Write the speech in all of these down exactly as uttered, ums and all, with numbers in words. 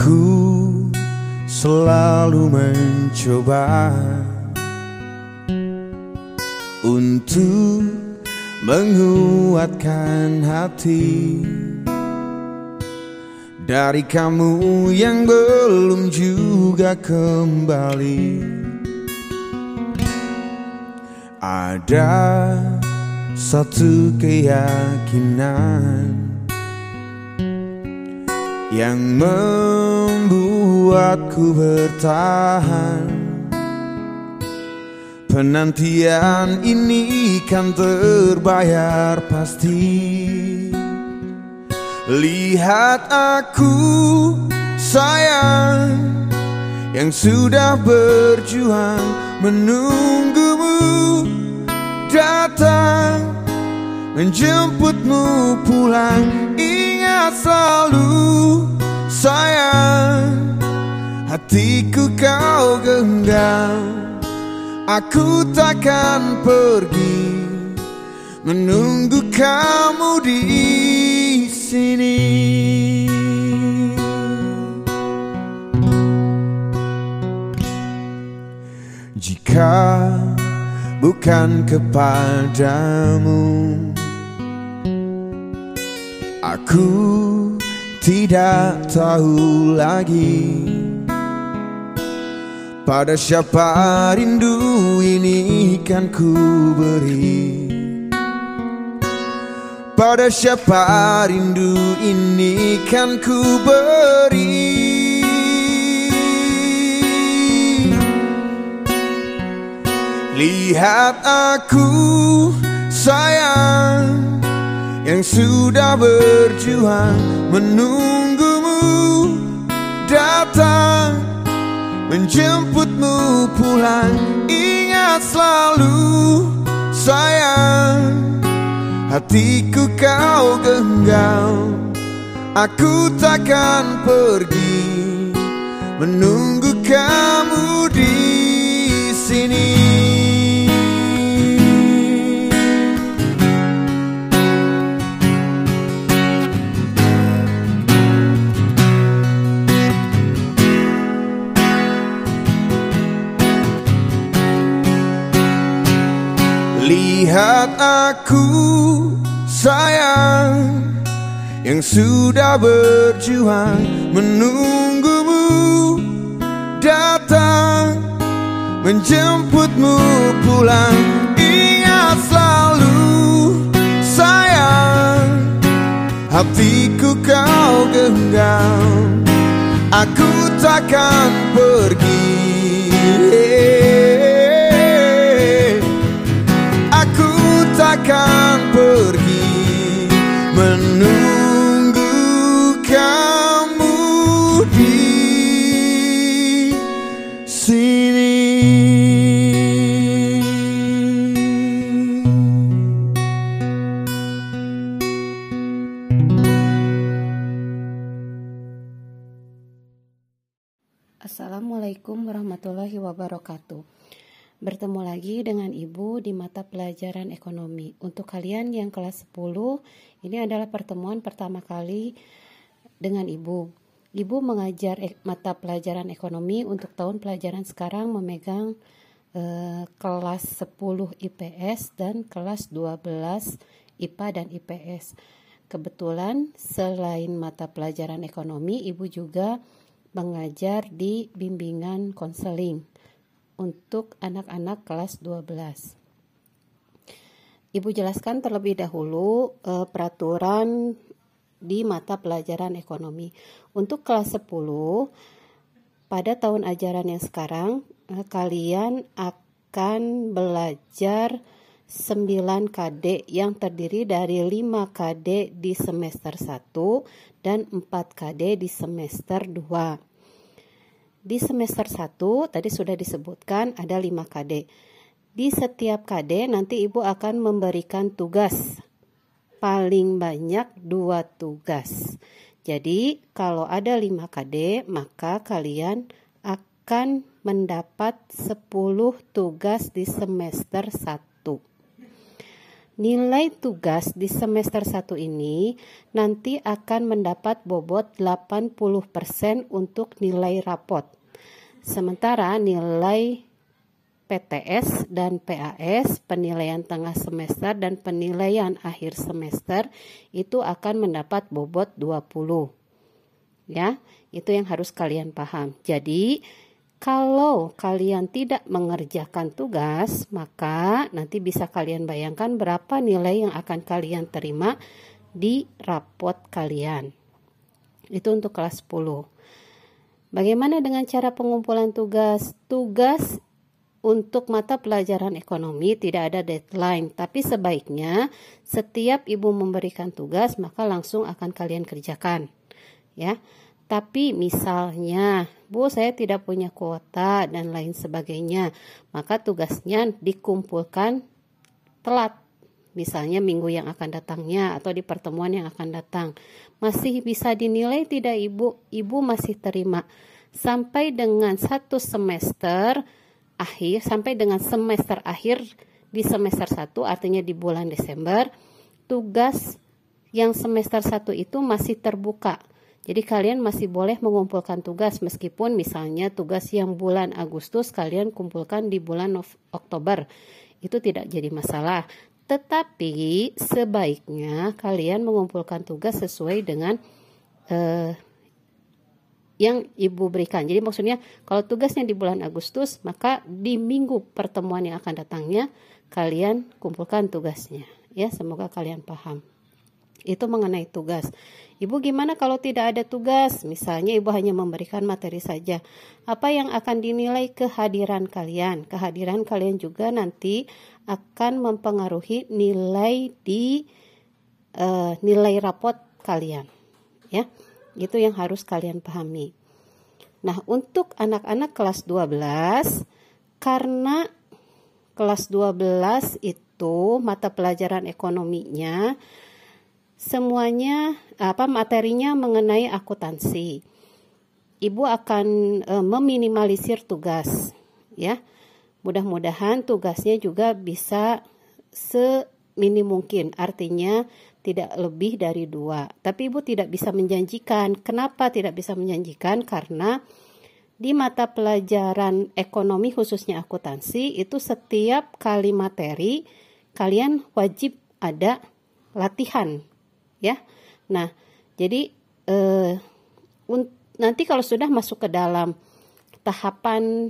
Aku selalu mencoba untuk menguatkan hati dari kamu yang belum juga kembali. Ada satu keyakinan yang membuatku bertahan. Penantian ini kan terbayar pasti. Lihat aku sayang, yang sudah berjuang menunggumu datang, menjemputmu pulang. Ingat selalu sayang, hatiku kau genggam. Aku takkan pergi, menunggu kamu di sini. Jika bukan kepadamu, aku tidak tahu lagi pada siapa rindu ini kan ku beri. Pada siapa rindu ini kan ku beri. Lihat aku sayang, yang sudah berjuang menunggumu datang, menjemputmu pulang. Ingat selalu sayang, hatiku kau genggam. Aku takkan pergi, menunggu kamu di sini. Lihat aku sayang, yang sudah berjuang menunggumu datang, menjemputmu pulang. Ingat selalu sayang, hatiku kau genggam. Aku takkan pergi, aku takkan pergi, menunggu kamu di sini. Assalamualaikum warahmatullahi wabarakatuh. Bertemu lagi dengan Ibu di mata pelajaran ekonomi. Untuk kalian yang kelas sepuluh, ini adalah pertemuan pertama kali dengan Ibu. Ibu mengajar ek- mata pelajaran ekonomi untuk tahun pelajaran sekarang, memegang eh, kelas sepuluh I P S dan kelas dua belas I P A dan I P S. Kebetulan selain mata pelajaran ekonomi, Ibu juga mengajar di bimbingan konseling untuk anak-anak kelas dua belas. Ibu jelaskan terlebih dahulu eh, peraturan di mata pelajaran ekonomi. Untuk kelas sepuluh, pada tahun ajaran yang sekarang, eh, kalian akan belajar sembilan K D yang terdiri dari lima K D di semester satu dan empat K D di semester dua. Di semester satu tadi sudah disebutkan ada lima K D. Di setiap K D nanti Ibu akan memberikan tugas. Paling banyak dua tugas. Jadi kalau ada lima K D, maka kalian akan mendapat sepuluh tugas di semester satu. Nilai tugas di semester satu ini nanti akan mendapat bobot delapan puluh persen untuk nilai rapot. Sementara nilai P T S dan P A S, penilaian tengah semester dan penilaian akhir semester, itu akan mendapat bobot dua puluh. Ya, itu yang harus kalian paham. Jadi, kalau kalian tidak mengerjakan tugas, maka nanti bisa kalian bayangkan berapa nilai yang akan kalian terima di rapot kalian. Itu untuk kelas sepuluh. Bagaimana dengan cara pengumpulan tugas? Tugas untuk mata pelajaran ekonomi tidak ada deadline, tapi sebaiknya setiap ibu memberikan tugas maka langsung akan kalian kerjakan. Ya. Tapi misalnya, Bu, saya tidak punya kuota dan lain sebagainya, maka tugasnya dikumpulkan telat. Misalnya minggu yang akan datangnya atau di pertemuan yang akan datang. Masih bisa dinilai tidak Ibu? Ibu masih terima. Sampai dengan satu semester akhir, sampai dengan semester akhir di semester satu, artinya di bulan Desember, tugas yang semester satu itu masih terbuka. Jadi kalian masih boleh mengumpulkan tugas meskipun misalnya tugas yang bulan Agustus kalian kumpulkan di bulan Oktober. Itu tidak jadi masalah. Tetapi sebaiknya kalian mengumpulkan tugas sesuai dengan eh, yang ibu berikan. Jadi maksudnya kalau tugasnya di bulan Agustus, maka di minggu pertemuan yang akan datangnya kalian kumpulkan tugasnya. Ya, semoga kalian paham. Itu mengenai tugas. Ibu gimana kalau tidak ada tugas? Misalnya ibu hanya memberikan materi saja. Apa yang akan dinilai? Kehadiran kalian. Kehadiran kalian juga nanti akan mempengaruhi nilai di uh, nilai rapot kalian. Ya, itu yang harus kalian pahami. Nah, untuk anak-anak kelas dua belas, karena kelas dua belas itu mata pelajaran ekonominya semuanya apa materinya mengenai akuntansi. Ibu akan e, meminimalisir tugas, ya. Mudah-mudahan tugasnya juga bisa seminim mungkin, artinya tidak lebih dari dua. Tapi ibu tidak bisa menjanjikan. Kenapa tidak bisa menjanjikan? Karena di mata pelajaran ekonomi khususnya akuntansi itu setiap kali materi kalian wajib ada latihan. Ya, nah, jadi eh, nanti kalau sudah masuk ke dalam tahapan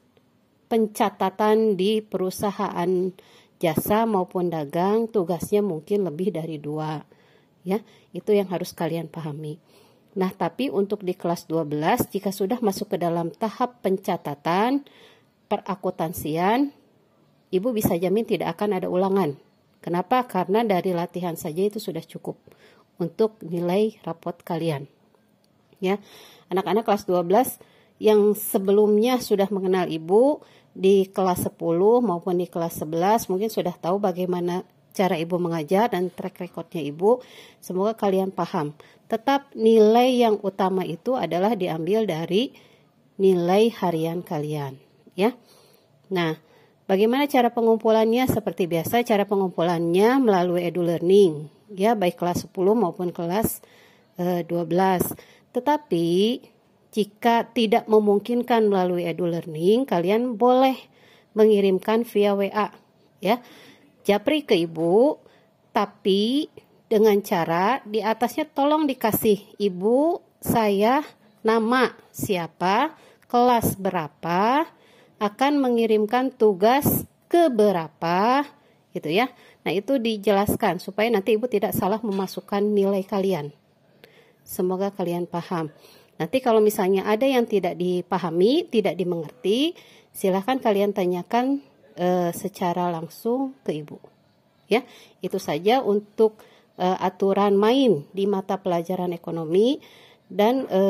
pencatatan di perusahaan jasa maupun dagang, tugasnya mungkin lebih dari dua. Ya, itu yang harus kalian pahami. Nah, tapi untuk di kelas dua belas, jika sudah masuk ke dalam tahap pencatatan perakuntansian, ibu bisa jamin tidak akan ada ulangan. Kenapa? Karena dari latihan saja itu sudah cukup untuk nilai rapot kalian. Ya, anak-anak kelas dua belas yang sebelumnya sudah mengenal ibu di kelas sepuluh maupun di kelas sebelas mungkin sudah tahu bagaimana cara ibu mengajar dan track recordnya ibu. Semoga kalian paham. Tetap nilai yang utama itu adalah diambil dari nilai harian kalian. Ya, nah. Bagaimana cara pengumpulannya? Seperti biasa, cara pengumpulannya melalui edu-learning, ya, baik kelas sepuluh maupun kelas eh, dua belas. Tetapi jika tidak memungkinkan melalui edu-learning, kalian boleh mengirimkan via W A, ya, japri ke ibu, tapi dengan cara di atasnya tolong dikasih ibu saya nama siapa, kelas berapa, akan mengirimkan tugas ke berapa, gitu ya. Nah, itu dijelaskan supaya nanti ibu tidak salah memasukkan nilai kalian. Semoga kalian paham. Nanti kalau misalnya ada yang tidak dipahami, tidak dimengerti, silahkan kalian tanyakan e, secara langsung ke ibu. Ya, itu saja untuk e, aturan main di mata pelajaran ekonomi. Dan e,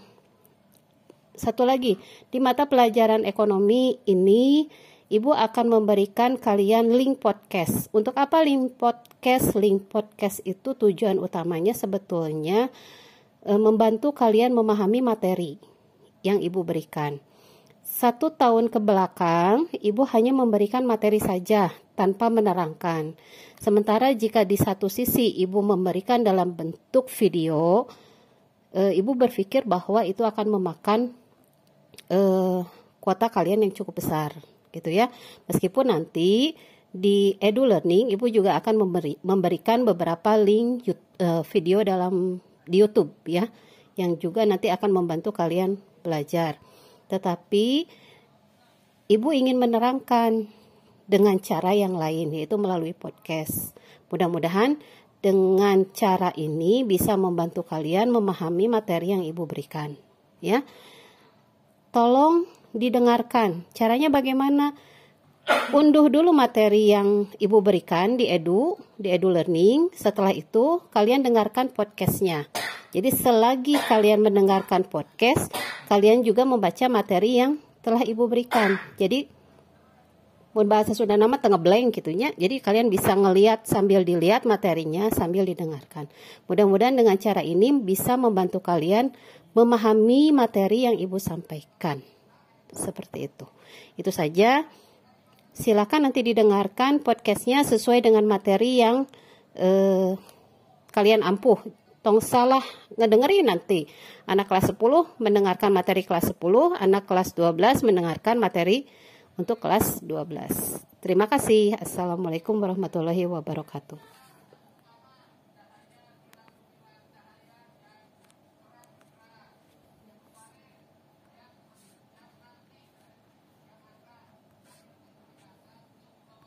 satu lagi, di mata pelajaran ekonomi ini ibu akan memberikan kalian link podcast. Untuk apa link podcast? Link podcast itu tujuan utamanya sebetulnya e, membantu kalian memahami materi yang ibu berikan. Satu tahun ke belakang, Ibu hanya memberikan materi saja tanpa menerangkan. Sementara jika di satu sisi Ibu memberikan dalam bentuk video, e, Ibu berpikir bahwa itu akan memakan e, kuota kalian yang cukup besar, gitu ya. Meskipun nanti di Edu Learning, Ibu juga akan memberi, memberikan beberapa link e, video dalam di YouTube ya, yang juga nanti akan membantu kalian belajar. Tetapi Ibu ingin menerangkan dengan cara yang lain, yaitu melalui podcast. Mudah-mudahan dengan cara ini bisa membantu kalian memahami materi yang Ibu berikan. Ya, tolong didengarkan. Caranya bagaimana? Unduh dulu materi yang Ibu berikan di Edu, di Edu Learning. Setelah itu kalian dengarkan podcastnya. Jadi selagi kalian mendengarkan podcast, kalian juga membaca materi yang telah Ibu berikan. Jadi mun bahasa Sunda nama tengah blank gitunya. Jadi kalian bisa ngelihat sambil dilihat materinya sambil didengarkan. Mudah-mudahan dengan cara ini bisa membantu kalian memahami materi yang Ibu sampaikan. Seperti itu. Itu saja. Silakan nanti didengarkan podcastnya sesuai dengan materi yang eh, kalian ampuh. Tong salah ngedengerin nanti. Anak kelas sepuluh mendengarkan materi kelas sepuluh, anak kelas dua belas mendengarkan materi untuk kelas dua belas. Terima kasih. Assalamualaikum warahmatullahi wabarakatuh.